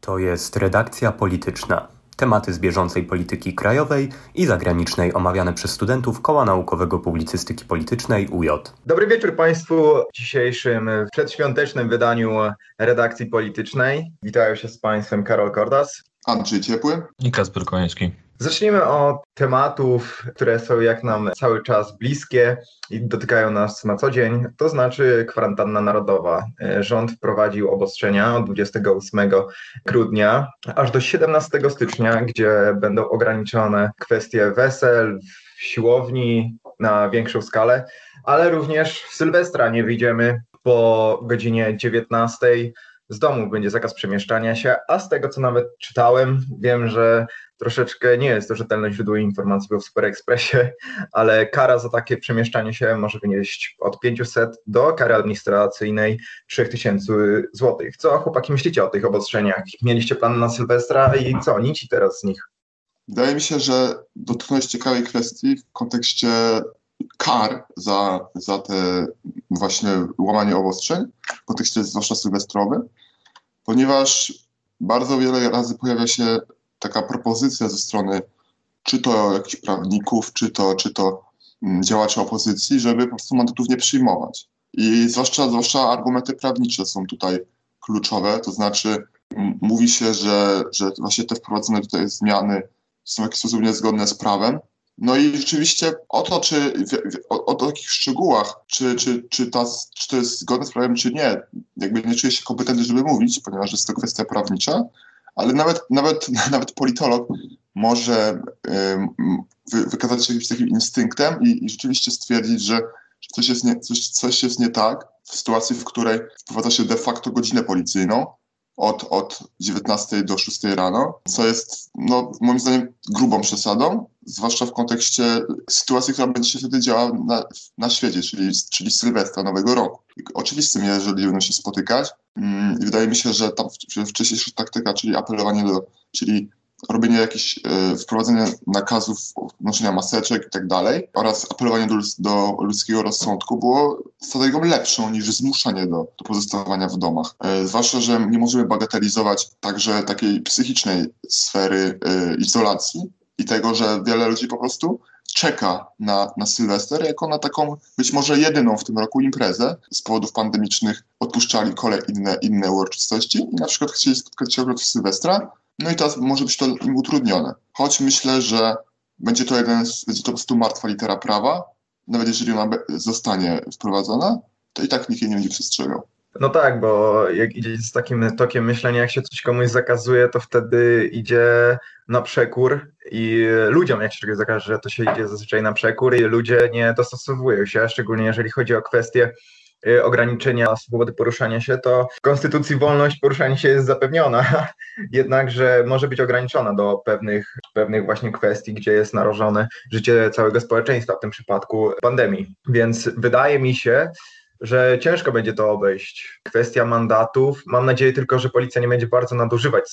To jest redakcja polityczna. Tematy z bieżącej polityki krajowej i zagranicznej omawiane przez studentów Koła Naukowego Publicystyki Politycznej UJ. Dobry wieczór Państwu w dzisiejszym przedświątecznym wydaniu redakcji politycznej. Witają się z Państwem Karol Kordas, Andrzej Ciepły i Kasper Konieczki. Zacznijmy od tematów, które są jak nam cały czas bliskie i dotykają nas na co dzień, to znaczy kwarantanna narodowa. Rząd wprowadził obostrzenia od 28 grudnia aż do 17 stycznia, gdzie będą ograniczone kwestie wesel, siłowni na większą skalę, ale również w Sylwestra nie wyjdziemy po godzinie 19. Z domu będzie zakaz przemieszczania się, a z tego, co nawet czytałem, wiem, że troszeczkę nie jest to rzetelne źródło informacji, bo w Super Expressie, ale kara za takie przemieszczanie się może wynieść od 500 do kary administracyjnej 3000 zł. Co chłopaki myślicie o tych obostrzeniach? Mieliście plan na Sylwestra i co? Nici teraz z nich? Wydaje mi się, że dotknąłeś ciekawej kwestii w kontekście kar za te właśnie łamanie obostrzeń, w kontekście zwłaszcza sylwestrowym, ponieważ bardzo wiele razy pojawia się taka propozycja ze strony czy to jakichś prawników, czy to działaczy opozycji, żeby po prostu mandatów nie przyjmować. I zwłaszcza argumenty prawnicze są tutaj kluczowe, to znaczy mówi się, że właśnie te wprowadzone tutaj zmiany są w jakiś sposób niezgodne z prawem. No i rzeczywiście o to, o takich szczegółach, czy to jest zgodne z prawem, czy nie, jakby nie czuję się kompetentny, żeby mówić, ponieważ jest to kwestia prawnicza, ale nawet politolog może wykazać się jakimś takim instynktem i rzeczywiście stwierdzić, że coś jest nie tak w sytuacji, w której wprowadza się de facto godzinę policyjną od 19 do 6 rano, co jest moim zdaniem grubą przesadą, zwłaszcza w kontekście sytuacji, która będzie się wtedy działa na świecie, czyli Sylwestra, Nowego Roku. Oczywistym jest, że ludzie będą się spotykać i wydaje mi się, że tam wcześniejsza taktyka, czyli robienie jakichś, wprowadzenie nakazów noszenia maseczek i tak dalej oraz apelowanie do ludzkiego rozsądku było strategią lepszą niż zmuszanie do pozostawania w domach. Zwłaszcza, że nie możemy bagatelizować także takiej psychicznej sfery izolacji i tego, że wiele ludzi po prostu czeka na Sylwester jako na taką być może jedyną w tym roku imprezę. Z powodów pandemicznych odpuszczali inne uroczystości i na przykład chcieli spotkać się akurat w Sylwestra. No i teraz może być to im utrudnione. Choć myślę, że będzie to po prostu martwa litera prawa. Nawet jeżeli ona zostanie wprowadzona, to i tak nikt jej nie będzie przestrzegał. No tak, bo jak idzie z takim tokiem myślenia, jak się coś komuś zakazuje, to wtedy idzie na przekór i ludziom, jak się czegoś zakaże, to się idzie zazwyczaj na przekór i ludzie nie dostosowują się, szczególnie jeżeli chodzi o kwestie ograniczenia swobody poruszania się, to w Konstytucji wolność poruszania się jest zapewniona, jednakże może być ograniczona do pewnych właśnie kwestii, gdzie jest narażone życie całego społeczeństwa, w tym przypadku pandemii. Więc wydaje mi się, że ciężko będzie to obejść. Kwestia mandatów, mam nadzieję tylko, że policja nie będzie bardzo nadużywać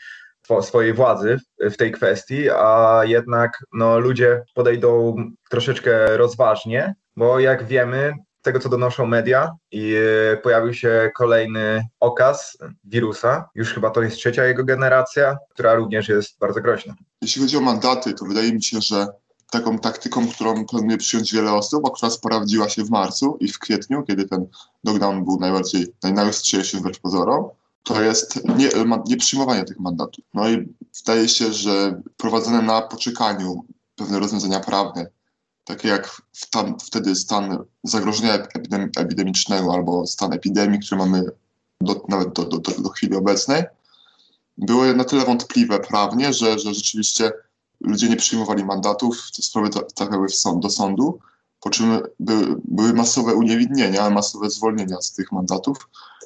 swojej władzy w tej kwestii, a jednak ludzie podejdą troszeczkę rozważnie, bo jak wiemy, z tego co donoszą media, i pojawił się kolejny okaz wirusa, już chyba to jest 3. jego generacja, która również jest bardzo groźna. Jeśli chodzi o mandaty, to wydaje mi się, że taką taktyką, którą planuje przyjąć wiele osób, a która sprawdziła się w marcu i w kwietniu, kiedy ten lockdown był najostrzejszy wbrew pozorom, to jest nie przyjmowanie tych mandatów. No i wydaje się, że prowadzone na poczekaniu pewne rozwiązania prawne, takie jak wtedy stan zagrożenia epidemicznego albo stan epidemii, który mamy nawet do chwili obecnej, były na tyle wątpliwe prawnie, że rzeczywiście ludzie nie przyjmowali mandatów, te sprawy trafiały do sądu, po czym były masowe uniewinnienia, masowe zwolnienia z tych mandatów.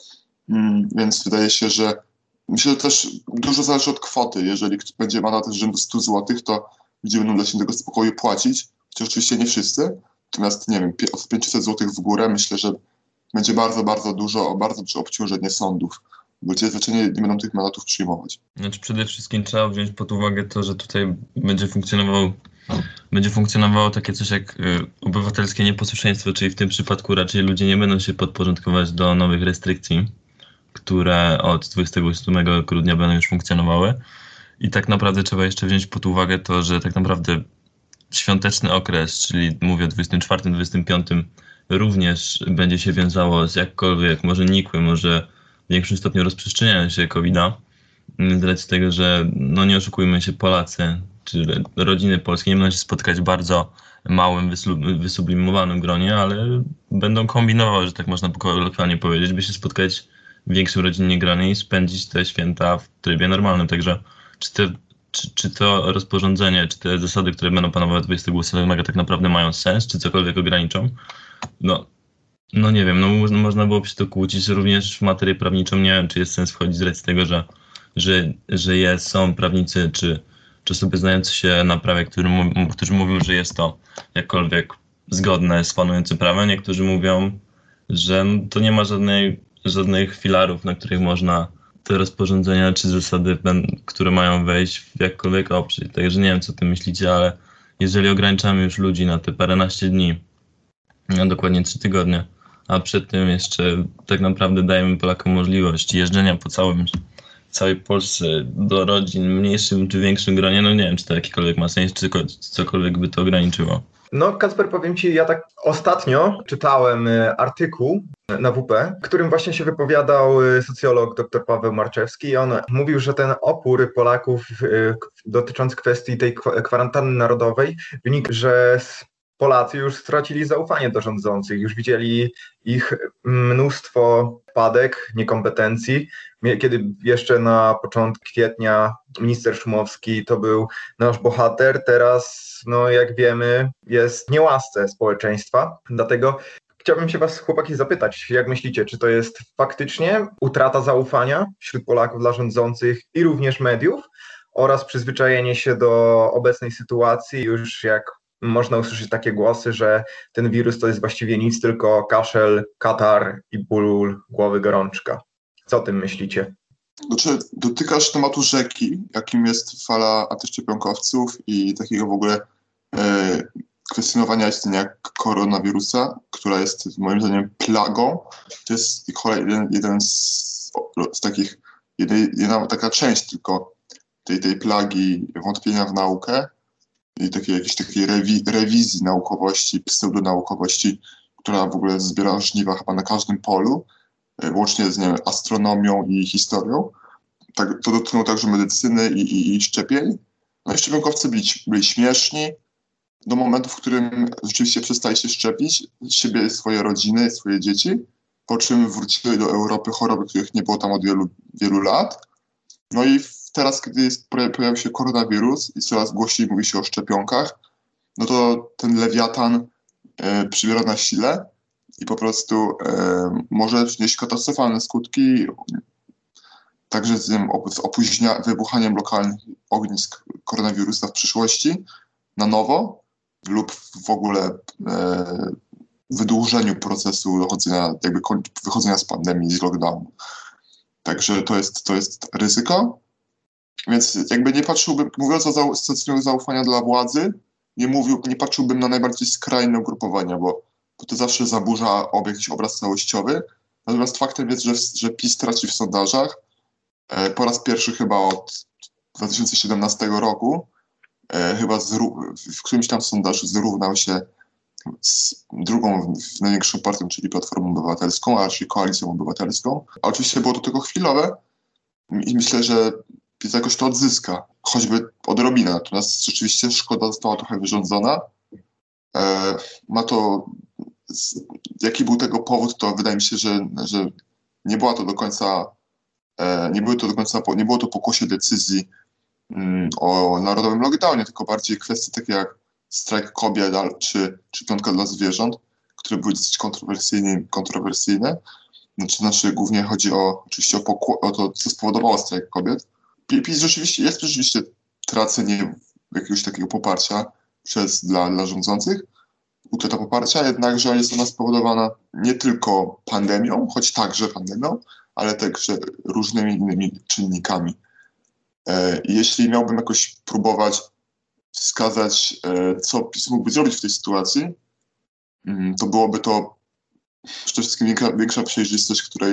Więc wydaje się, że myślę, że też dużo zależy od kwoty. Jeżeli będzie mandat z rzędu 100 zł, to ludzie będą dla się tego spokoju płacić, chociaż oczywiście nie wszyscy. Natomiast, nie wiem, od 500 zł w górę myślę, że będzie bardzo duże obciążenie sądów, bo ludzie zwyczajnie nie będą tych mandatów przyjmować. Znaczy przede wszystkim trzeba wziąć pod uwagę to, że tutaj będzie funkcjonowało takie coś jak obywatelskie nieposłuszeństwo, czyli w tym przypadku raczej ludzie nie będą się podporządkować do nowych restrykcji, które od 28 grudnia będą już funkcjonowały. I tak naprawdę trzeba jeszcze wziąć pod uwagę to, że tak naprawdę świąteczny okres, czyli mówię o 24-25, również będzie się wiązało z jakkolwiek, może nikłym, może w większym stopniu rozprzestrzenianiem się COVID-a. Z racji tego, że no nie oszukujmy się, Polacy czy rodziny polskie nie będą się spotkać w bardzo małym, wysublimowanym gronie, ale będą kombinowały, że tak można kolokwialnie powiedzieć, by się spotkać w większym rodzinnie gronie i spędzić te święta w trybie normalnym. Także czy to rozporządzenie, czy te zasady, które będą panowały 28 tak naprawdę mają sens, czy cokolwiek ograniczą? No nie wiem, można byłoby się to kłócić również w materię prawniczą. Nie wiem, czy jest sens wchodzić z racji tego, że są prawnicy, czy osoby znające się na prawie, którzy mówią, że jest to jakkolwiek zgodne z panującym prawem. Niektórzy mówią, że to nie ma żadnych filarów, na których można te rozporządzenia czy zasady, które mają wejść, w jakkolwiek oprzeć. Także nie wiem, co ty myślicie, ale jeżeli ograniczamy już ludzi na te paręnaście dni, no dokładnie 3 tygodnie, a przed tym jeszcze tak naprawdę dajemy Polakom możliwość jeżdżenia po całej Polsce do rodzin w mniejszym czy większym gronie, no nie wiem, czy to jakikolwiek ma sens, czy cokolwiek by to ograniczyło. No, Kacper, powiem Ci, ja tak ostatnio czytałem artykuł na WP, w którym właśnie się wypowiadał socjolog dr Paweł Marczewski i on mówił, że ten opór Polaków dotyczący kwestii tej kwarantanny narodowej wynika, że Polacy już stracili zaufanie do rządzących, już widzieli ich mnóstwo wpadek, niekompetencji. Kiedy jeszcze na początku kwietnia minister Szumowski to był nasz bohater, teraz, no jak wiemy, jest w niełasce społeczeństwa. Dlatego chciałbym się was, chłopaki, zapytać, jak myślicie, czy to jest faktycznie utrata zaufania wśród Polaków dla rządzących i również mediów oraz przyzwyczajenie się do obecnej sytuacji, już jak można usłyszeć takie głosy, że ten wirus to jest właściwie nic, tylko kaszel, katar i ból głowy, gorączka. Co o tym myślicie? Znaczy, dotykasz tematu rzeki, jakim jest fala antyszczepionkowców i takiego w ogóle kwestionowania istnienia koronawirusa, która jest moim zdaniem plagą. To jest jeden z takich, jedna taka część tylko tej plagi wątpienia w naukę i jakiejś takiej rewizji naukowości, pseudonaukowości, która w ogóle zbiera żniwa chyba na każdym polu, łącznie z, nie wiem, astronomią i historią. Tak, to dotknęło także medycyny i szczepień. No i szczepionkowcy byli śmieszni do momentu, w którym rzeczywiście przestali się szczepić, siebie, swoje rodziny, swoje dzieci, po czym wróciły do Europy choroby, których nie było tam od wielu, wielu lat. No i teraz, kiedy pojawił się koronawirus i coraz głośniej mówi się o szczepionkach, no to ten lewiatan przybiera na sile i po prostu może przynieść katastrofalne skutki, także z wybuchaniem lokalnych ognisk koronawirusa w przyszłości na nowo lub w ogóle wydłużeniu procesu wychodzenia z pandemii, z lockdownu. Także to jest ryzyko. Więc jakby nie patrzyłbym, mówiąc o stracieniu zaufania dla władzy, nie patrzyłbym na najbardziej skrajne ugrupowania, bo to zawsze zaburza jakiś obraz całościowy. Natomiast faktem jest, że PiS traci w sondażach. Po raz pierwszy chyba od 2017 roku, chyba w którymś tam sondażu zrównał się z drugą największą partią, czyli Platformą Obywatelską, a raczej Koalicją Obywatelską. A oczywiście było to tylko chwilowe i myślę, że PiS jakoś to odzyska, choćby odrobinę. Natomiast rzeczywiście szkoda została trochę wyrządzona. Jaki był tego powód, to wydaje mi się, że nie było to do końca pokłosie decyzji o narodowym lockdownie, tylko bardziej kwestie takie jak strajk kobiet czy piątka dla zwierząt, które były dosyć kontrowersyjne. Znaczy głównie chodzi oczywiście o to, co spowodowało strajk kobiet. PiS rzeczywiście tracenie jakiegoś takiego poparcia dla rządzących, utrata poparcia, jednakże jest ona spowodowana nie tylko pandemią, choć także pandemią, ale także różnymi innymi czynnikami. Jeśli miałbym jakoś próbować wskazać, co PiS mógłby zrobić w tej sytuacji, to byłoby to przede wszystkim większa przejrzystość,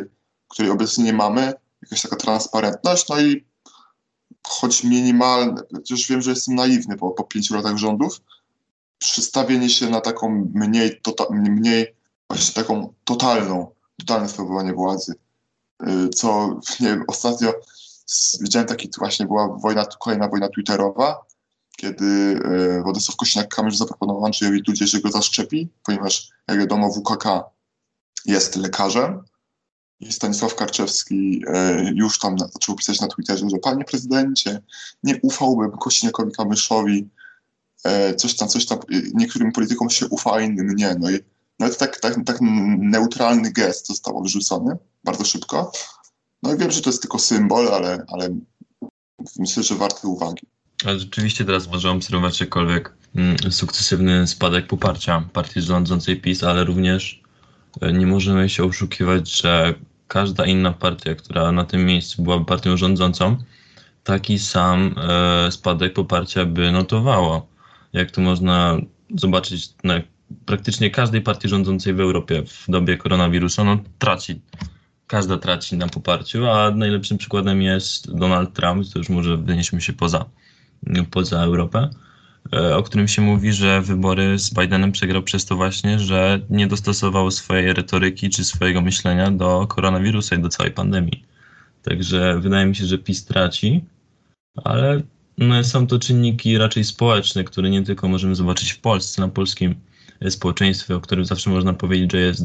której obecnie nie mamy, jakaś taka transparentność, no i choć minimalne, przecież wiem, że jestem naiwny po 5 latach rządów, przestawienie się na taką mniej właśnie taką totalne sprawowanie władzy. Co, nie wiem, ostatnio widziałem właśnie była kolejna wojna twitterowa, kiedy Władysław Kosiniak-Kamysz zaproponował Andrzejowi Dudzie, że go zaszczepi, ponieważ, jak wiadomo, WKK jest lekarzem i Stanisław Karczewski już tam zaczął pisać na Twitterze, że panie prezydencie, nie ufałbym Kosiniakowi-Kamyszowi, coś tam, niektórym politykom się ufa, a innym nie. No i nawet tak neutralny gest został wyrzucony bardzo szybko. No i wiem, że to jest tylko symbol, ale myślę, że warty uwagi. Ale rzeczywiście teraz możemy obserwować jakkolwiek sukcesywny spadek poparcia partii rządzącej PiS, ale również nie możemy się oszukiwać, że każda inna partia, która na tym miejscu byłaby partią rządzącą, taki sam spadek poparcia by notowała. Jak to można zobaczyć na praktycznie każdej partii rządzącej w Europie w dobie koronawirusa, no każda traci na poparciu, a najlepszym przykładem jest Donald Trump, to już może wynieśmy się poza Europę, o którym się mówi, że wybory z Bidenem przegrał przez to właśnie, że nie dostosował swojej retoryki czy swojego myślenia do koronawirusa i do całej pandemii. Także wydaje mi się, że PiS traci, ale są to czynniki raczej społeczne, które nie tylko możemy zobaczyć w Polsce, na polskim społeczeństwie, o którym zawsze można powiedzieć, że jest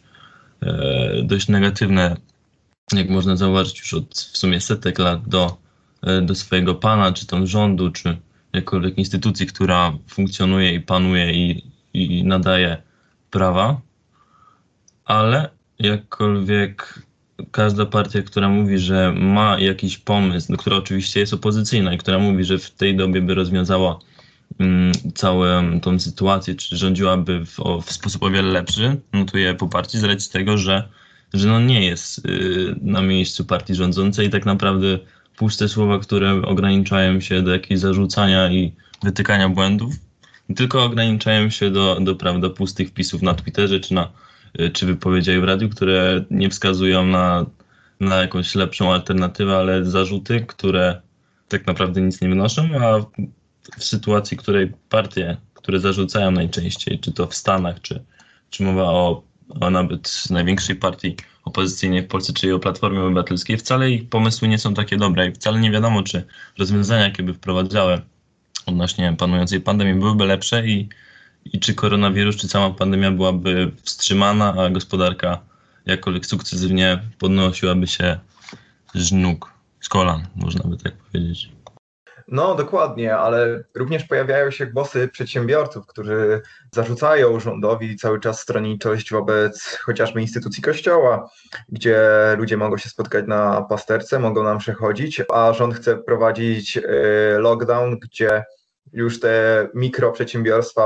dość negatywne, jak można zauważyć już od w sumie setek lat do swojego pana, czy tam rządu, czy jakiejkolwiek instytucji, która funkcjonuje i panuje i nadaje prawa, ale jakkolwiek każda partia, która mówi, że ma jakiś pomysł, która oczywiście jest opozycyjna i która mówi, że w tej dobie by rozwiązała całą tą sytuację, czy rządziłaby w sposób o wiele lepszy, notuje poparcie z racji tego, że nie jest na miejscu partii rządzącej i tak naprawdę puste słowa, które ograniczają się do jakichś zarzucania i wytykania błędów, tylko ograniczają się do prawda pustych wpisów na Twitterze czy wypowiedziach w radiu, które nie wskazują na jakąś lepszą alternatywę, ale zarzuty, które tak naprawdę nic nie wnoszą, a w sytuacji, której partie, które zarzucają najczęściej, czy to w Stanach, czy mowa o nawet największej partii opozycyjnej w Polsce, czyli o Platformie Obywatelskiej, wcale ich pomysły nie są takie dobre i wcale nie wiadomo, czy rozwiązania, jakie by wprowadzały odnośnie panującej pandemii, byłyby lepsze i czy koronawirus, czy cała pandemia byłaby wstrzymana, a gospodarka jakkolwiek sukcesywnie podnosiłaby się z nóg, z kolan, można by tak powiedzieć. No dokładnie, ale również pojawiają się głosy przedsiębiorców, którzy zarzucają rządowi cały czas stronniczość wobec chociażby instytucji kościoła, gdzie ludzie mogą się spotkać na pasterce, mogą nam przechodzić, a rząd chce prowadzić lockdown, gdzie już te mikroprzedsiębiorstwa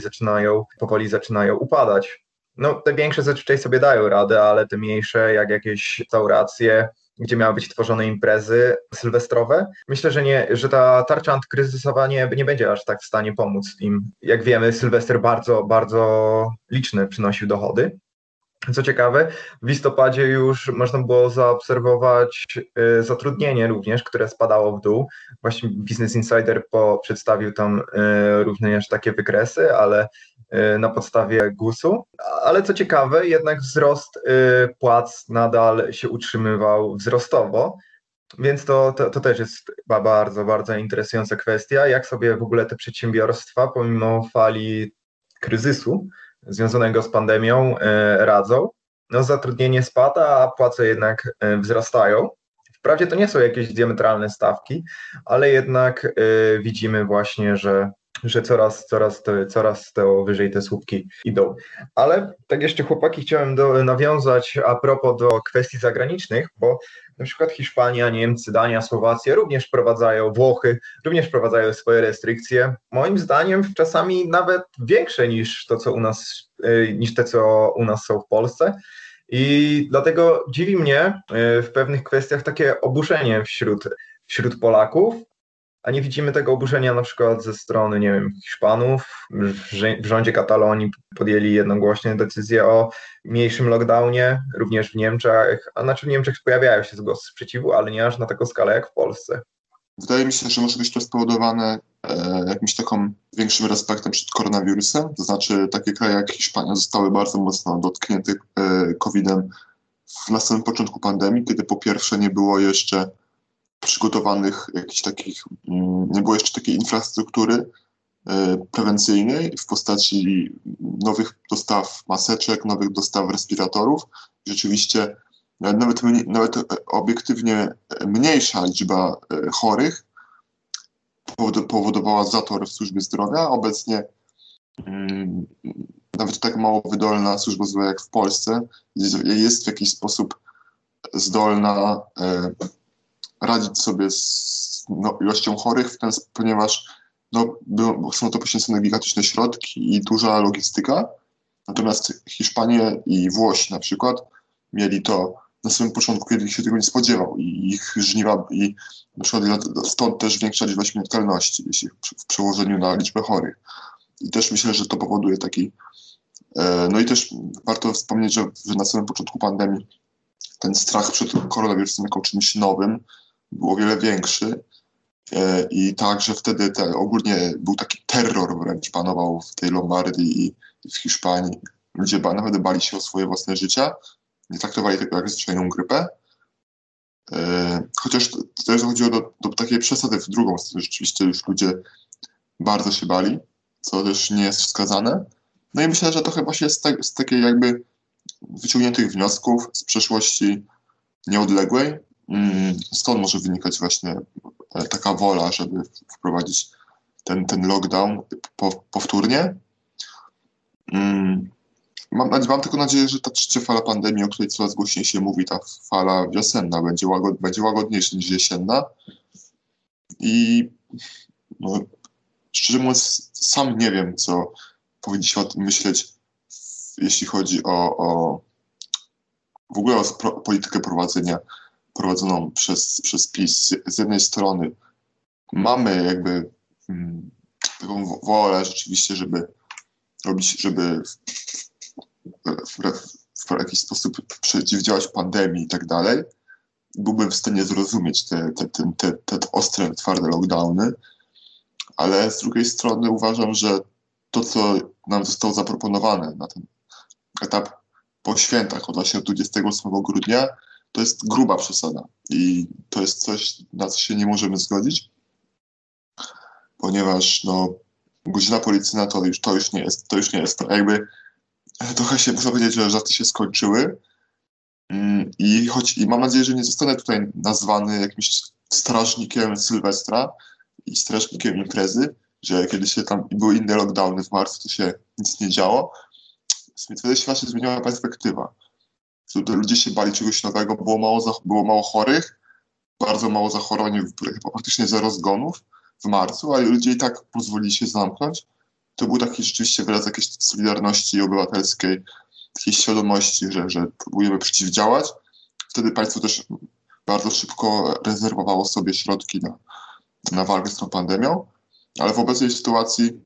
powoli zaczynają upadać. No te większe zazwyczaj sobie dają radę, ale te mniejsze, jak jakieś restauracje, gdzie miały być tworzone imprezy sylwestrowe. Myślę, że ta tarcza antykryzysowa nie będzie aż tak w stanie pomóc im. Jak wiemy, Sylwester bardzo, bardzo liczne przynosił dochody. Co ciekawe, w listopadzie już można było zaobserwować zatrudnienie również, które spadało w dół. Właśnie Business Insider przedstawił tam również takie wykresy, ale na podstawie GUS-u. Ale co ciekawe, jednak wzrost płac nadal się utrzymywał wzrostowo, więc to też jest bardzo, bardzo interesująca kwestia, jak sobie w ogóle te przedsiębiorstwa pomimo fali kryzysu związanego z pandemią radzą. No zatrudnienie spada, a płace jednak wzrastają. Wprawdzie to nie są jakieś diametralne stawki, ale jednak widzimy właśnie, że coraz to wyżej te słupki idą. Ale tak jeszcze chłopaki chciałem nawiązać a propos do kwestii zagranicznych, bo na przykład Hiszpania, Niemcy, Dania, Słowacja również wprowadzają, Włochy również wprowadzają swoje restrykcje. Moim zdaniem czasami nawet większe niż te, co u nas są w Polsce. I dlatego dziwi mnie w pewnych kwestiach takie oburzenie wśród Polaków, a nie widzimy tego oburzenia na przykład ze strony, nie wiem, Hiszpanów. W rządzie Katalonii podjęli jednogłośnie decyzję o mniejszym lockdownie, również w Niemczech, a znaczy w Niemczech pojawiają się głosy sprzeciwu, ale nie aż na taką skalę jak w Polsce. Wydaje mi się, że może być to spowodowane jakimś takim większym respektem przed koronawirusem. To znaczy takie kraje jak Hiszpania zostały bardzo mocno dotknięte COVID-em na samym początku pandemii, kiedy po pierwsze nie było jeszcze przygotowanych jakichś takich, nie było jeszcze takiej infrastruktury prewencyjnej w postaci nowych dostaw maseczek, nowych dostaw respiratorów. Rzeczywiście nawet obiektywnie mniejsza liczba chorych powodowała zator w służbie zdrowia. Obecnie nawet tak mało wydolna służba zdrowia jak w Polsce jest w jakiś sposób zdolna radzić sobie z ilością chorych, ponieważ są to poświęcone gigantyczne środki i duża logistyka. Natomiast Hiszpanie i Włosi na przykład mieli to na samym początku, kiedy się tego nie spodziewał i ich żniwa i na przykład stąd też większa liczba śmiertelności, jeśli w przełożeniu na liczbę chorych. I też myślę, że to powoduje taki... No i też warto wspomnieć, że na samym początku pandemii ten strach przed koronawirusem jako czymś nowym był o wiele większy i także wtedy ogólnie był taki terror wręcz panował w tej Lombardii i w Hiszpanii. Ludzie nawet bali się o swoje własne życia, nie traktowali tego jak zwyczajną grypę. Chociaż też dochodziło do takiej przesady w drugą stronę. Rzeczywiście już ludzie bardzo się bali, co też nie jest wskazane. No i myślę, że to chyba się z takiej jakby wyciągniętych wniosków z przeszłości nieodległej. Stąd może wynikać właśnie taka wola, żeby wprowadzić ten lockdown powtórnie. Mam tylko nadzieję, że ta trzecia fala pandemii, o której coraz głośniej się mówi, ta fala wiosenna będzie łagodniejsza niż jesienna. I szczerze mówiąc, sam nie wiem, co powinniśmy o tym myśleć, jeśli chodzi w ogóle o politykę prowadzoną przez PiS. Z jednej strony mamy jakby taką wolę rzeczywiście, żeby w jakiś sposób przeciwdziałać pandemii i tak dalej. Byłbym w stanie zrozumieć te ostre, twarde lockdowny, ale z drugiej strony uważam, że to, co nam zostało zaproponowane na ten etap po świętach, od właśnie 28 grudnia, to jest gruba przesada i to jest coś, na co się nie możemy zgodzić, ponieważ godzina policyjna to już nie jest to. Jakby trochę się można powiedzieć, że żarty się skończyły i mam nadzieję, że nie zostanę tutaj nazwany jakimś strażnikiem Sylwestra i strażnikiem imprezy, że kiedy się tam były inne lockdowny w marcu, to się nic nie działo. Wtedy się właśnie zmieniła perspektywa. Ludzie się bali czegoś nowego, było mało chorych, bardzo mało zachorowań, praktycznie zero zgonów w marcu, ale ludzie i tak pozwolili się zamknąć. To był taki rzeczywiście wyraz jakiejś solidarności obywatelskiej, takiej świadomości, że próbujemy przeciwdziałać. Wtedy państwo też bardzo szybko rezerwowało sobie środki na walkę z tą pandemią, ale w obecnej sytuacji,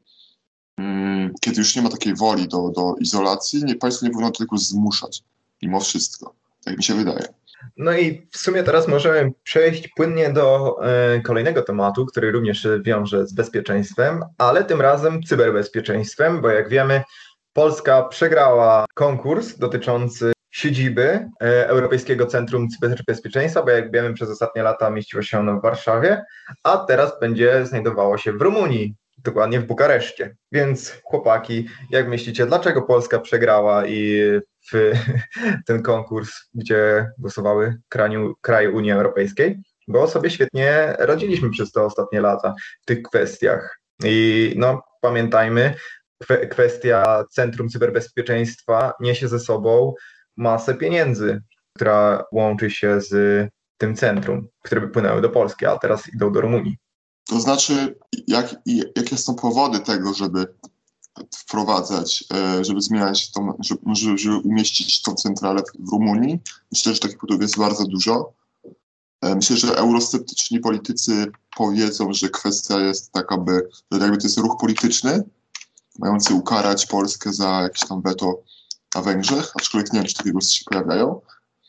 kiedy już nie ma takiej woli do izolacji, państwo nie powinno do tego zmuszać, mimo wszystko. Tak mi się wydaje. No i w sumie teraz możemy przejść płynnie do kolejnego tematu, który również się wiąże z bezpieczeństwem, ale tym razem cyberbezpieczeństwem, bo jak wiemy, Polska przegrała konkurs dotyczący siedziby Europejskiego Centrum Cyberbezpieczeństwa, bo jak wiemy, przez ostatnie lata mieściło się ono w Warszawie, a teraz będzie znajdowało się w Rumunii, dokładnie w Bukareszcie. Więc chłopaki, jak myślicie, dlaczego Polska przegrała i w ten konkurs, gdzie głosowały kraje Unii Europejskiej? Bo sobie świetnie radziliśmy przez te ostatnie lata w tych kwestiach. I pamiętajmy, kwestia Centrum Cyberbezpieczeństwa niesie ze sobą masę pieniędzy, która łączy się z tym centrum, które by płynęły do Polski, a teraz idą do Rumunii. To znaczy, jakie są powody tego, żeby wprowadzać, żeby zmieniać żeby umieścić tą centralę w Rumunii? Myślę, że takich powodów jest bardzo dużo. Myślę, że eurosceptyczni politycy powiedzą, że kwestia jest taka, że jakby to jest ruch polityczny, mający ukarać Polskę za jakieś tam weto na Węgrzech, aczkolwiek nie wiem, czy takie głosy się pojawiają.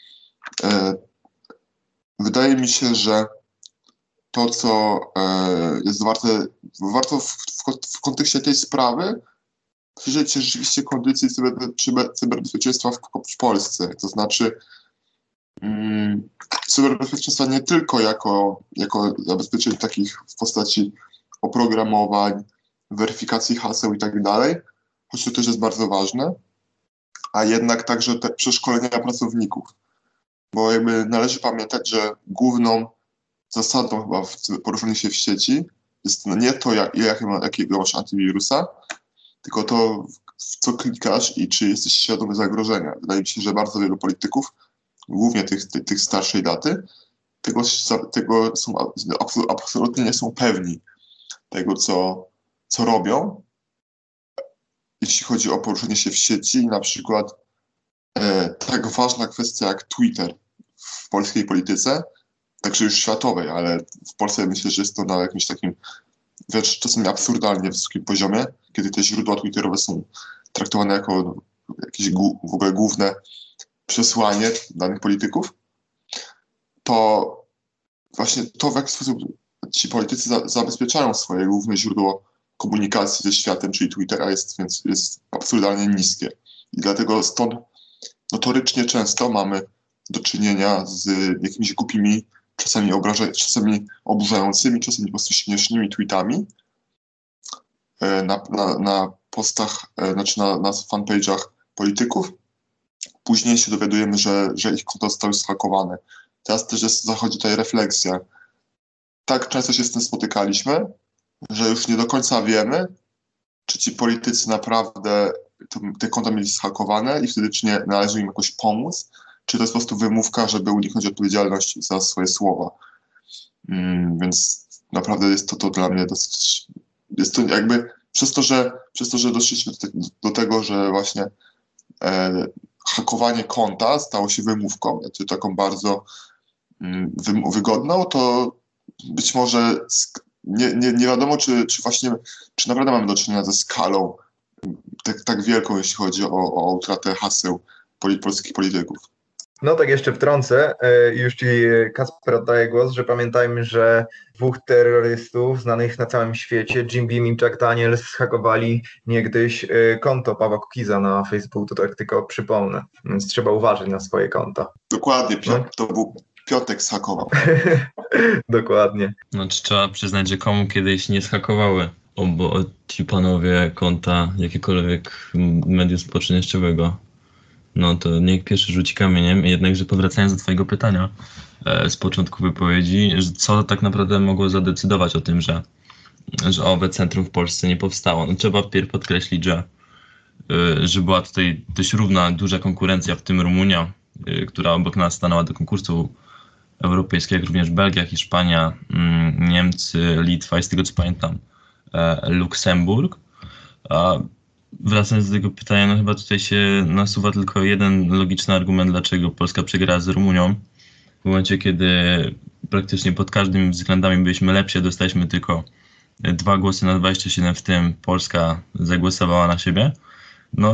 Wydaje mi się, że to, co jest warto w kontekście tej sprawy, przyjrzeć się rzeczywiście kondycji cyberbezpieczeństwa w Polsce. To znaczy cyberbezpieczeństwa nie tylko jako zabezpieczeń takich w postaci oprogramowań, weryfikacji haseł i tak dalej, choć to też jest bardzo ważne, a jednak także te przeszkolenia pracowników. Bo jakby należy pamiętać, że główną zasadą chyba w poruszaniu się w sieci jest nie to, jakiego masz antywirusa, tylko to, w co klikasz i czy jesteś świadomy zagrożenia. Wydaje mi się, że bardzo wielu polityków, głównie tych starszej daty, tego absolutnie nie są pewni tego, co robią, jeśli chodzi o poruszenie się w sieci. Na przykład tak ważna kwestia jak Twitter w polskiej polityce, także już światowej, ale w Polsce myślę, że jest to na jakimś takim wręcz czasami absurdalnie wysokim poziomie, kiedy te źródła twitterowe są traktowane jako jakieś w ogóle główne przesłanie danych polityków, to właśnie to, w jaki sposób ci politycy zabezpieczają swoje główne źródło komunikacji ze światem, czyli Twittera, jest absurdalnie niskie. I dlatego stąd notorycznie często mamy do czynienia z jakimiś głupimi, czasami oburzającymi, czasami po prostu śmiesznymi tweetami na postach, znaczy na fanpage'ach polityków. Później się dowiadujemy, że ich konta zostały zhakowane. Teraz też zachodzi tutaj refleksja. Tak często się z tym spotykaliśmy, że już nie do końca wiemy, czy ci politycy naprawdę te konta mieli zhakowane i wtedy czy nie należy im jakoś pomóc, czy to jest po prostu wymówka, żeby uniknąć odpowiedzialności za swoje słowa. Więc naprawdę jest to dla mnie dosyć... Jest to jakby przez to, że doszliśmy do tego, że właśnie hakowanie konta stało się wymówką, znaczy taką bardzo wygodną, to być może nie wiadomo, czy naprawdę mamy do czynienia ze skalą tak wielką, jeśli chodzi o utratę haseł polskich polityków. No tak jeszcze wtrącę, już Ci Kacper oddaję głos, że pamiętajmy, że 2 terrorystów znanych na całym świecie, Jim Beam i Jack Daniels, zhakowali niegdyś konto Pawła Kukiza na Facebooku, to tak tylko przypomnę, więc trzeba uważać na swoje konta. Dokładnie, to był Piotek zhakował. Dokładnie. Znaczy trzeba przyznać, że komu kiedyś nie zhakowały ci panowie konta jakiekolwiek medium społecznościowego. No to niech pierwszy rzuci kamieniem. Jednakże powracając do twojego pytania z początku wypowiedzi, co tak naprawdę mogło zadecydować o tym, że owe centrum w Polsce nie powstało. No, trzeba wpierw podkreślić, że była tutaj dość równa, duża konkurencja, w tym Rumunia, która obok nas stanęła do konkursu europejskiego, jak również Belgia, Hiszpania, Niemcy, Litwa i z tego co pamiętam Luksemburg. A wracając do tego pytania, no chyba tutaj się nasuwa tylko jeden logiczny argument, dlaczego Polska przegrała z Rumunią. W momencie, kiedy praktycznie pod każdymi względami byliśmy lepsi, dostaliśmy tylko 2 głosy na 27, w tym Polska zagłosowała na siebie. No,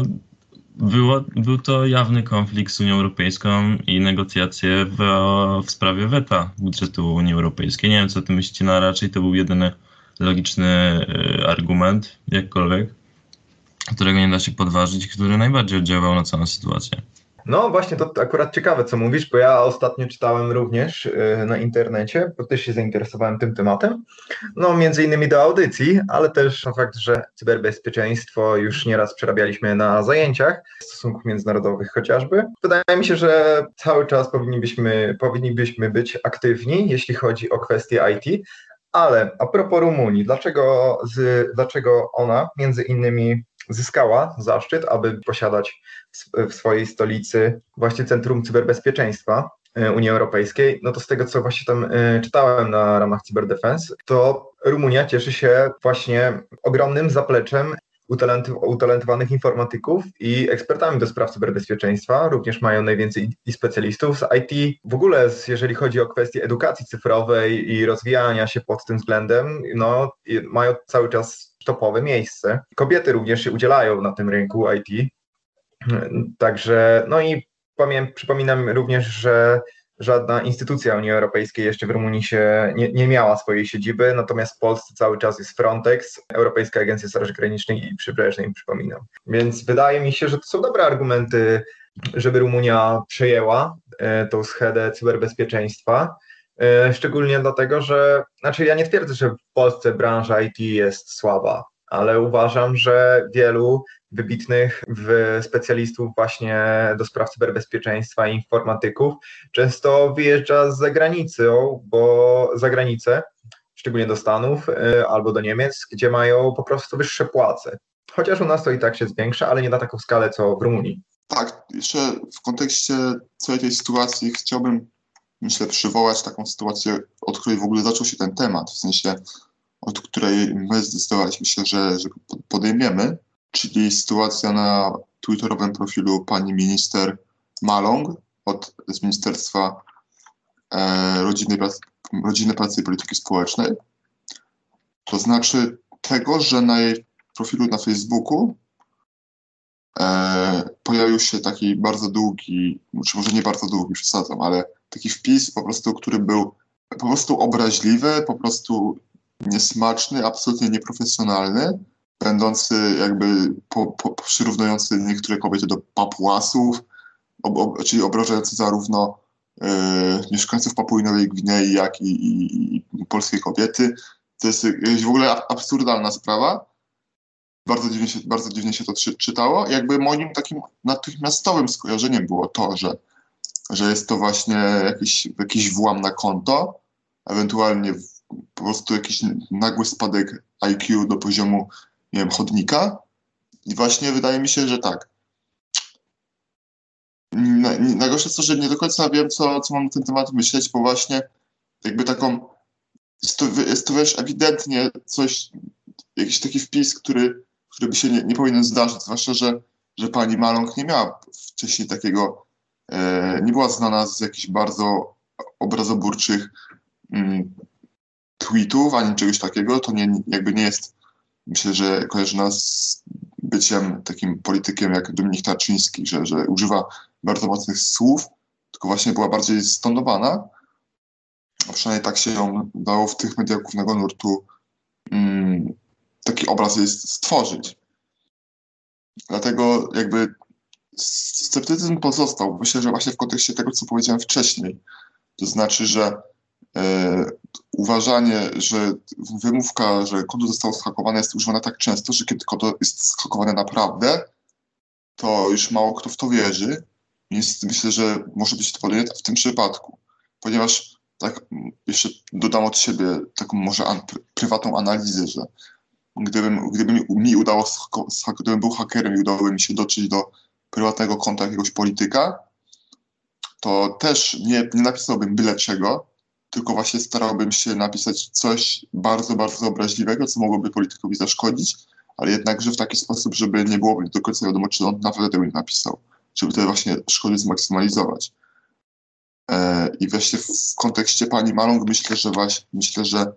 był to jawny konflikt z Unią Europejską i negocjacje w sprawie weta budżetu Unii Europejskiej. Nie wiem, co o tym myślicie, no raczej to był jedyny logiczny argument, jakkolwiek, którego nie da się podważyć, który najbardziej oddziaływał na całą sytuację. No właśnie, to akurat ciekawe, co mówisz, bo ja ostatnio czytałem również na internecie, bo też się zainteresowałem tym tematem, no między innymi do audycji, ale też na fakt, że cyberbezpieczeństwo już nieraz przerabialiśmy na zajęciach stosunków międzynarodowych chociażby. Wydaje mi się, że cały czas powinniśmy być aktywni, jeśli chodzi o kwestie IT, ale a propos Rumunii, dlaczego ona między innymi zyskała zaszczyt, aby posiadać w swojej stolicy właśnie Centrum Cyberbezpieczeństwa Unii Europejskiej, no to z tego, co właśnie tam czytałem na ramach Cyberdefense, to Rumunia cieszy się właśnie ogromnym zapleczem utalentowanych informatyków i ekspertami do spraw cyberbezpieczeństwa. Również mają najwięcej i specjalistów z IT. W ogóle, jeżeli chodzi o kwestie edukacji cyfrowej i rozwijania się pod tym względem, no, mają cały czas topowe miejsce. Kobiety również się udzielają na tym rynku IT. Także, no i przypominam również, że żadna instytucja Unii Europejskiej jeszcze w Rumunii nie miała swojej siedziby, natomiast w Polsce cały czas jest Frontex, Europejska Agencja Straży Granicznej i Przybrzeżnej, przypominam. Więc wydaje mi się, że to są dobre argumenty, żeby Rumunia przejęła tą schedę cyberbezpieczeństwa. Szczególnie dlatego, że, ja nie twierdzę, że w Polsce branża IT jest słaba, ale uważam, że wielu wybitnych specjalistów właśnie do spraw cyberbezpieczeństwa i informatyków często wyjeżdża za granicę, szczególnie do Stanów albo do Niemiec, gdzie mają po prostu wyższe płace. Chociaż u nas to i tak się zwiększa, ale nie na taką skalę, co w Rumunii. Tak, jeszcze w kontekście całej tej sytuacji chciałbym, myślę, przywołać taką sytuację, od której w ogóle zaczął się ten temat, w sensie od której my zdecydowaliśmy się, że podejmiemy, czyli sytuacja na twitterowym profilu pani minister Maląg z Ministerstwa Rodziny, Pracy i Polityki Społecznej. To znaczy tego, że na jej profilu na Facebooku pojawił się taki bardzo długi, czy może nie bardzo długi, przesadzam, ale taki wpis po prostu, który był po prostu obraźliwy, po prostu niesmaczny, absolutnie nieprofesjonalny, będący jakby przyrównujący niektóre kobiety do papuasów, czyli obrażający zarówno mieszkańców Papui Nowej Gwinei, jak i polskie kobiety. To jest jakaś w ogóle absurdalna sprawa. Bardzo dziwnie się to czytało. Jakby moim takim natychmiastowym skojarzeniem było to, że jest to właśnie jakiś włam na konto, ewentualnie po prostu jakiś nagły spadek IQ do poziomu, nie wiem, chodnika. I właśnie wydaje mi się, że tak. Najgorsze jest to, że nie do końca wiem, co mam na ten temat myśleć, bo właśnie jakby taką jest to wiesz, ewidentnie coś, jakiś taki wpis, który by się nie powinien zdarzyć, zwłaszcza, że pani Maląg nie miała wcześniej takiego, nie była znana z jakichś bardzo obrazoburczych tweetów, ani czegoś takiego. To nie jest, myślę, że kojarzy nas z byciem takim politykiem jak Dominik Tarczyński, że używa bardzo mocnych słów, tylko właśnie była bardziej stonowana. A przynajmniej tak się ją dało w tych mediach głównego nurtu taki obraz jest stworzyć. Dlatego jakby sceptycyzm pozostał. Myślę, że właśnie w kontekście tego, co powiedziałem wcześniej. To znaczy, że uważanie, że wymówka, że konto zostało zhakowane, jest używana tak często, że kiedy konto jest zhakowane naprawdę, to już mało kto w to wierzy. Więc myślę, że może być to podobnie w tym przypadku. Ponieważ tak jeszcze dodam od siebie taką może prywatną analizę, że gdybym był hakerem i udało mi się dotrzeć do prywatnego konta jakiegoś polityka, to też nie napisałbym byle czego, tylko właśnie starałbym się napisać coś bardzo, bardzo obraźliwego, co mogłoby politykowi zaszkodzić, ale jednakże w taki sposób, żeby nie było do końca wiadomo, czy on naprawdę by napisał, żeby te właśnie szkody zmaksymalizować. I właśnie w kontekście pani Maląg myślę, że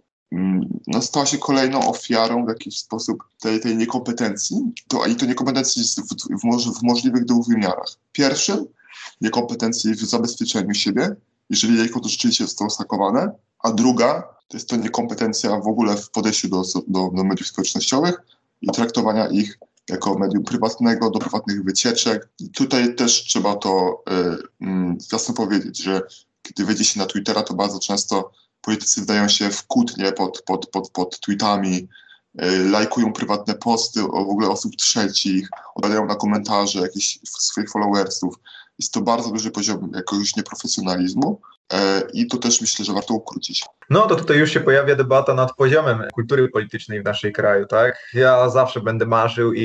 stała się kolejną ofiarą w jakiś sposób tej niekompetencji. I to niekompetencji jest w możliwych dwóch wymiarach. Pierwszym, niekompetencji w zabezpieczeniu siebie, jeżeli jej konto rzeczywiście zostało zhakowane, a druga to jest to niekompetencja w ogóle w podejściu do mediów społecznościowych i traktowania ich jako medium prywatnego, do prywatnych wycieczek. I tutaj też trzeba to jasno powiedzieć, że kiedy wejdzie się na Twittera, to bardzo często politycy wdają się w kłótnie pod tweetami, lajkują prywatne posty w ogóle osób trzecich, odpowiadają na komentarze jakichś swoich followersów. Jest to bardzo duży poziom jakiegoś nieprofesjonalizmu i to też myślę, że warto ukrócić. No to tutaj już się pojawia debata nad poziomem kultury politycznej w naszym kraju, tak? Ja zawsze będę marzył i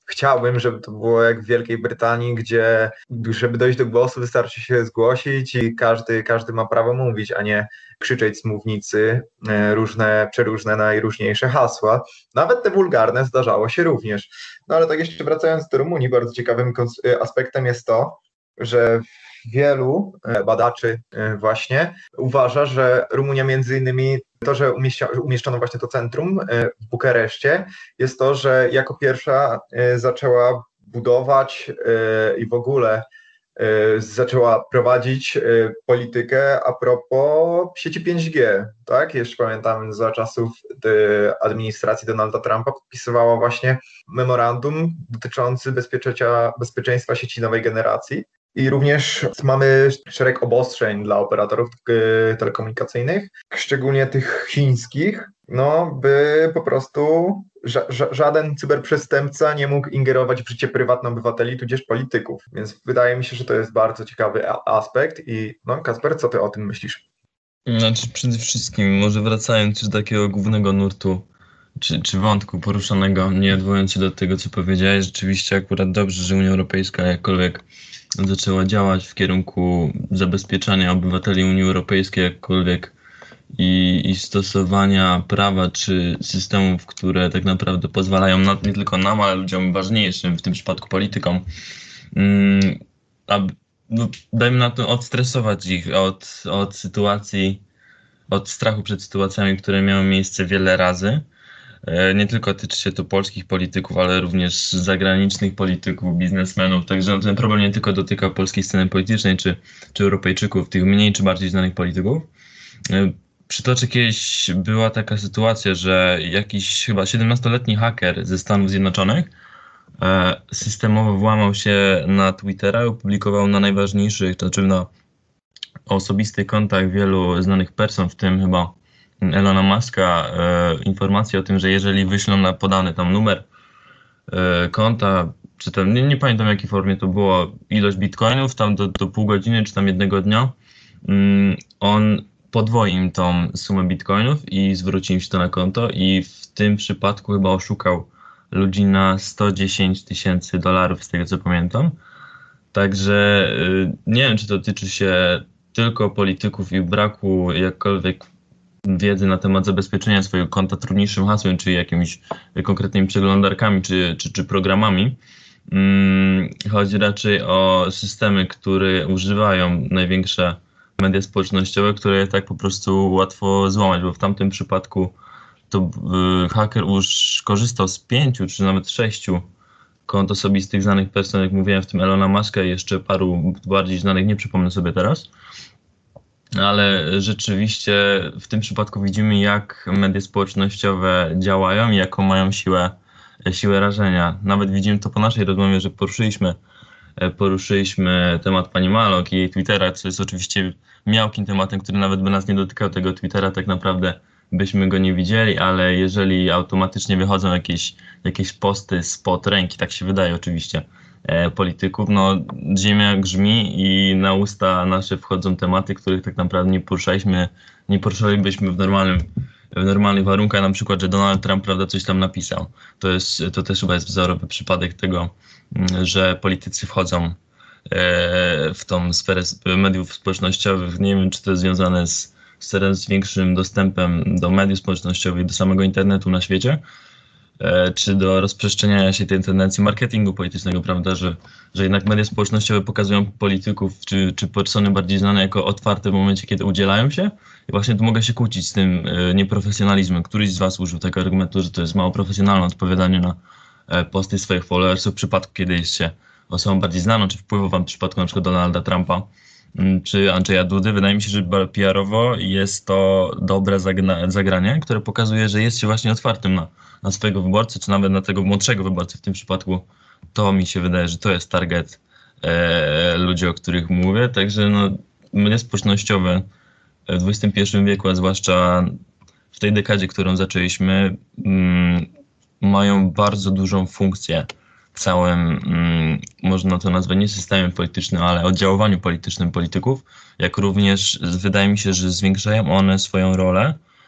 chciałbym, żeby to było jak w Wielkiej Brytanii, gdzie żeby dojść do głosu wystarczy się zgłosić i każdy ma prawo mówić, a nie krzyczeć z mównicy przeróżne najróżniejsze hasła. Nawet te wulgarne zdarzało się również. No ale tak jeszcze wracając do Rumunii, bardzo ciekawym aspektem jest to, że wielu badaczy właśnie uważa, że Rumunia między innymi to, że umieszczono właśnie to centrum w Bukareszcie, jest to, że jako pierwsza zaczęła budować i w ogóle zaczęła prowadzić politykę a propos sieci 5G, tak? Jeszcze pamiętam za czasów administracji Donalda Trumpa podpisywała właśnie memorandum dotyczący bezpieczeństwa sieci nowej generacji. I również mamy szereg obostrzeń dla operatorów telekomunikacyjnych, szczególnie tych chińskich, no by po prostu żaden cyberprzestępca nie mógł ingerować w życie prywatne obywateli, tudzież polityków. Więc wydaje mi się, że to jest bardzo ciekawy aspekt i no Kacper, co ty o tym myślisz? Znaczy przede wszystkim, może wracając do takiego głównego nurtu, czy wątku poruszonego, nie odwołując się do tego, co powiedziałeś, rzeczywiście akurat dobrze, że Unia Europejska jakkolwiek zaczęła działać w kierunku zabezpieczania obywateli Unii Europejskiej jakkolwiek i stosowania prawa czy systemów, które tak naprawdę pozwalają nie tylko nam, ale ludziom ważniejszym, w tym przypadku politykom, dajmy na to odstresować ich od sytuacji, od strachu przed sytuacjami, które miały miejsce wiele razy. Nie tylko tyczy się to polskich polityków, ale również zagranicznych polityków, biznesmenów. Także ten problem nie tylko dotyka polskiej sceny politycznej czy Europejczyków, tych mniej czy bardziej znanych polityków. Przytoczę, kiedyś była taka sytuacja, że jakiś chyba 17-letni haker ze Stanów Zjednoczonych systemowo włamał się na Twittera i opublikował na najważniejszych, znaczy na osobistych kontach wielu znanych person, w tym chyba Elona Muska, informację o tym, że jeżeli wyślą na podany tam numer konta, czy tam, nie pamiętam w jakiej formie to było, ilość bitcoinów, tam do pół godziny, czy tam jednego dnia, on podwoi im tą sumę bitcoinów i zwróci im się to na konto i w tym przypadku chyba oszukał ludzi na $110,000, z tego co pamiętam. Także nie wiem, czy to tyczy się tylko polityków i braku jakkolwiek wiedzy na temat zabezpieczenia swojego konta trudniejszym hasłem, czy jakimiś konkretnymi przeglądarkami, czy programami. Chodzi raczej o systemy, które używają największe media społecznościowe, które tak po prostu łatwo złamać, bo w tamtym przypadku to haker już korzystał z 5 czy nawet 6 kont osobistych znanych person, jak mówiłem, w tym Elona Muska i jeszcze paru bardziej znanych, nie przypomnę sobie teraz. Ale rzeczywiście w tym przypadku widzimy, jak media społecznościowe działają i jaką mają siłę rażenia. Nawet widzimy to po naszej rozmowie, że poruszyliśmy temat pani Malloch i jej Twittera, co jest oczywiście miałkim tematem, który nawet by nas nie dotykał, tego Twittera, tak naprawdę byśmy go nie widzieli, ale jeżeli automatycznie wychodzą jakieś posty spod ręki, tak się wydaje oczywiście, polityków, no ziemia grzmi i na usta nasze wchodzą tematy, których tak naprawdę nie poruszalibyśmy w normalnych warunkach, na przykład, że Donald Trump, prawda, coś tam napisał. To też chyba jest wzorowy przypadek tego, że politycy wchodzą w tą sferę mediów społecznościowych. Nie wiem, czy to jest związane z coraz większym dostępem do mediów społecznościowych, do samego internetu na świecie, czy do rozprzestrzeniania się tej tendencji marketingu politycznego, prawda, że jednak media społecznościowe pokazują polityków czy persony bardziej znane jako otwarte w momencie, kiedy udzielają się. I właśnie tu mogę się kłócić z tym nieprofesjonalizmem. Któryś z was użył takiego argumentu, że to jest mało profesjonalne odpowiadanie na posty swoich followersów w przypadku, kiedy jest się osobą bardziej znaną, czy wpływową, w przypadku na przykład Donalda Trumpa, czy Andrzeja Dudy. Wydaje mi się, że PR-owo jest to dobre zagranie, które pokazuje, że jest się właśnie otwartym na swojego wyborcę, czy nawet na tego młodszego wyborcę w tym przypadku. To mi się wydaje, że to jest target ludzi, o których mówię. Także no, media społecznościowe w XXI wieku, a zwłaszcza w tej dekadzie, którą zaczęliśmy, mają bardzo dużą funkcję w całym, można to nazwać nie systemem politycznym, ale oddziaływaniu politycznym polityków, jak również wydaje mi się, że zwiększają one swoją rolę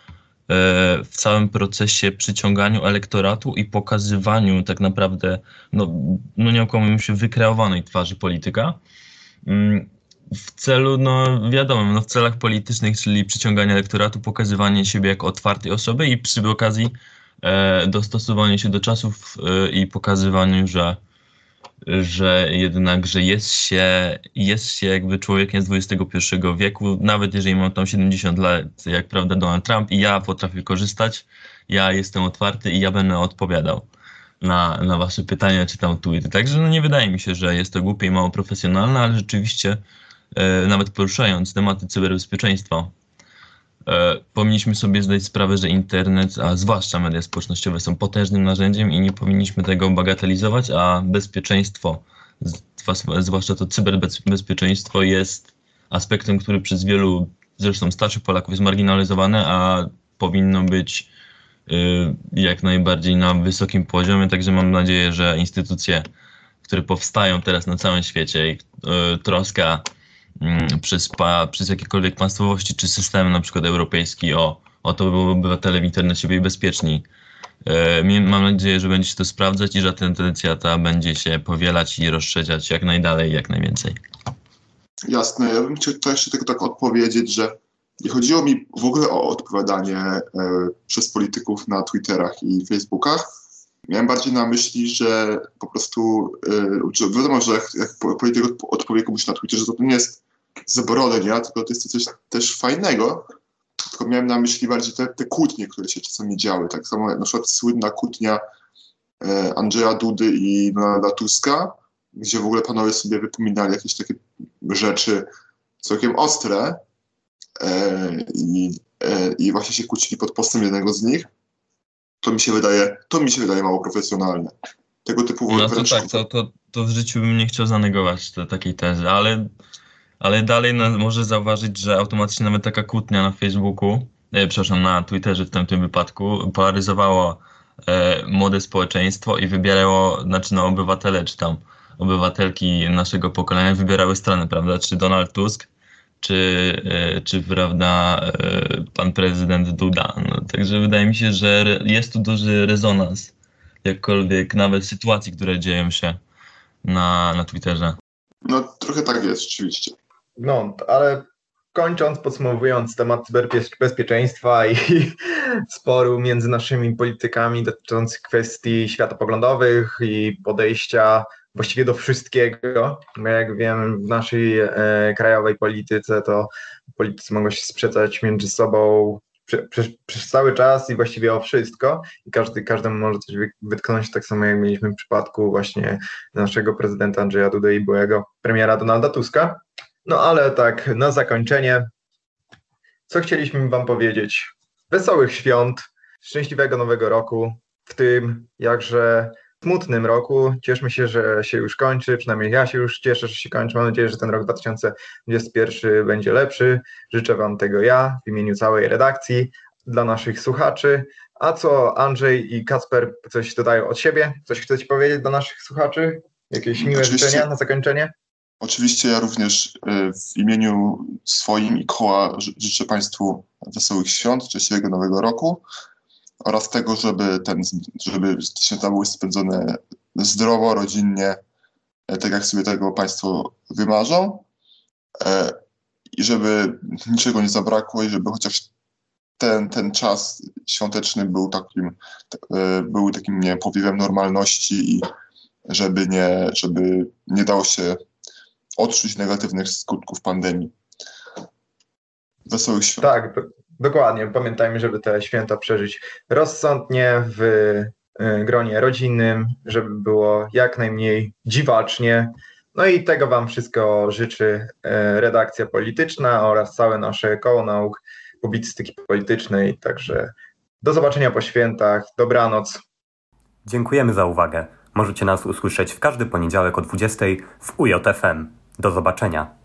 w całym procesie przyciąganiu elektoratu i pokazywaniu tak naprawdę, nie okłamujmy się, wykreowanej twarzy polityka. W celu, wiadomo, w celach politycznych, czyli przyciągania elektoratu, pokazywanie siebie jako otwartej osoby i przy okazji dostosowanie się do czasów i pokazywaniu, że jednak, że jest się jakby człowiekiem z XXI wieku, nawet jeżeli mam tam 70 lat, jak prawda Donald Trump, i ja potrafię korzystać, ja jestem otwarty i ja będę odpowiadał na wasze pytania czy tam tweety. Także nie wydaje mi się, że jest to głupie i mało profesjonalne, ale rzeczywiście nawet poruszając tematy cyberbezpieczeństwa, powinniśmy sobie zdać sprawę, że internet, a zwłaszcza media społecznościowe, są potężnym narzędziem i nie powinniśmy tego bagatelizować, a bezpieczeństwo, zwłaszcza to cyberbezpieczeństwo, jest aspektem, który przez wielu, zresztą starszych Polaków, jest marginalizowany, a powinno być jak najbardziej na wysokim poziomie. Także mam nadzieję, że instytucje, które powstają teraz na całym świecie i troska przez jakiekolwiek państwowości czy systemy, na przykład europejski, o to, by obywatele w internecie byli bezpieczni. Mam nadzieję, że będzie się to sprawdzać i że tendencja ta będzie się powielać i rozszerzać jak najdalej, jak najwięcej. Jasne. Ja bym chciał jeszcze tylko tak odpowiedzieć, że nie chodziło mi w ogóle o odpowiadanie przez polityków na Twitterach i Facebookach. Miałem bardziej na myśli, że po prostu, że wiadomo, że jak polityk odpowie komuś na Twitterze, to nie jest zabrodnia, tylko to jest coś też fajnego. Tylko miałem na myśli bardziej te kłótnie, które się czasami działy. Tak samo jak na przykład słynna kłótnia Andrzeja Dudy i Donalda Tuska, gdzie w ogóle panowie sobie wypominali jakieś takie rzeczy całkiem ostre i właśnie się kłócili pod postem jednego z nich. To mi się wydaje mało profesjonalne. Tego typu wręcz... To w życiu bym nie chciał zanegować takiej tezy, ale dalej może zauważyć, że automatycznie nawet taka kłótnia na Facebooku, na Twitterze w tym wypadku, polaryzowało młode społeczeństwo i wybierało, obywatele czy tam obywatelki naszego pokolenia wybierały stronę, prawda, czy Donald Tusk, czy prawda, pan prezydent Duda. Także wydaje mi się, że jest tu duży rezonans, jakkolwiek nawet sytuacji, które dzieją się na Twitterze. Trochę tak jest rzeczywiście. Ale kończąc, podsumowując temat cyberbezpieczeństwa i sporu między naszymi politykami dotyczących kwestii światopoglądowych i podejścia właściwie do wszystkiego. Jak wiem, w naszej krajowej polityce to politycy mogą się sprzeczać między sobą przez cały czas i właściwie o wszystko. I każdemu może coś wytknąć, tak samo jak mieliśmy w przypadku właśnie naszego prezydenta Andrzeja Dudy i byłego premiera Donalda Tuska. Ale tak, na zakończenie, co chcieliśmy wam powiedzieć? Wesołych świąt, szczęśliwego nowego roku, w tym jakże smutnym roku. Cieszmy się, że się już kończy, przynajmniej ja się już cieszę, że się kończy. Mam nadzieję, że ten rok 2021 będzie lepszy. Życzę wam tego ja w imieniu całej redakcji, dla naszych słuchaczy. A co Andrzej i Kacper coś dodają od siebie? Coś chcecie powiedzieć dla naszych słuchaczy? Jakieś miłe życzenia na zakończenie? Oczywiście ja również w imieniu swoim i koła życzę Państwu wesołych świąt, szczęśliwego nowego roku oraz tego, żeby święta były spędzone zdrowo, rodzinnie, tak jak sobie tego Państwo wymarzą i żeby niczego nie zabrakło i żeby chociaż ten czas świąteczny był takim powiewem normalności i żeby nie dało się odczuć negatywnych skutków pandemii. Wesołych świąt. Tak, dokładnie. Pamiętajmy, żeby te święta przeżyć rozsądnie, w gronie rodzinnym, żeby było jak najmniej dziwacznie. I tego wam wszystko życzy redakcja polityczna oraz całe nasze koło nauk publicystyki politycznej. Także do zobaczenia po świętach. Dobranoc. Dziękujemy za uwagę. Możecie nas usłyszeć w każdy poniedziałek o 20:00 w UJFM. Do zobaczenia.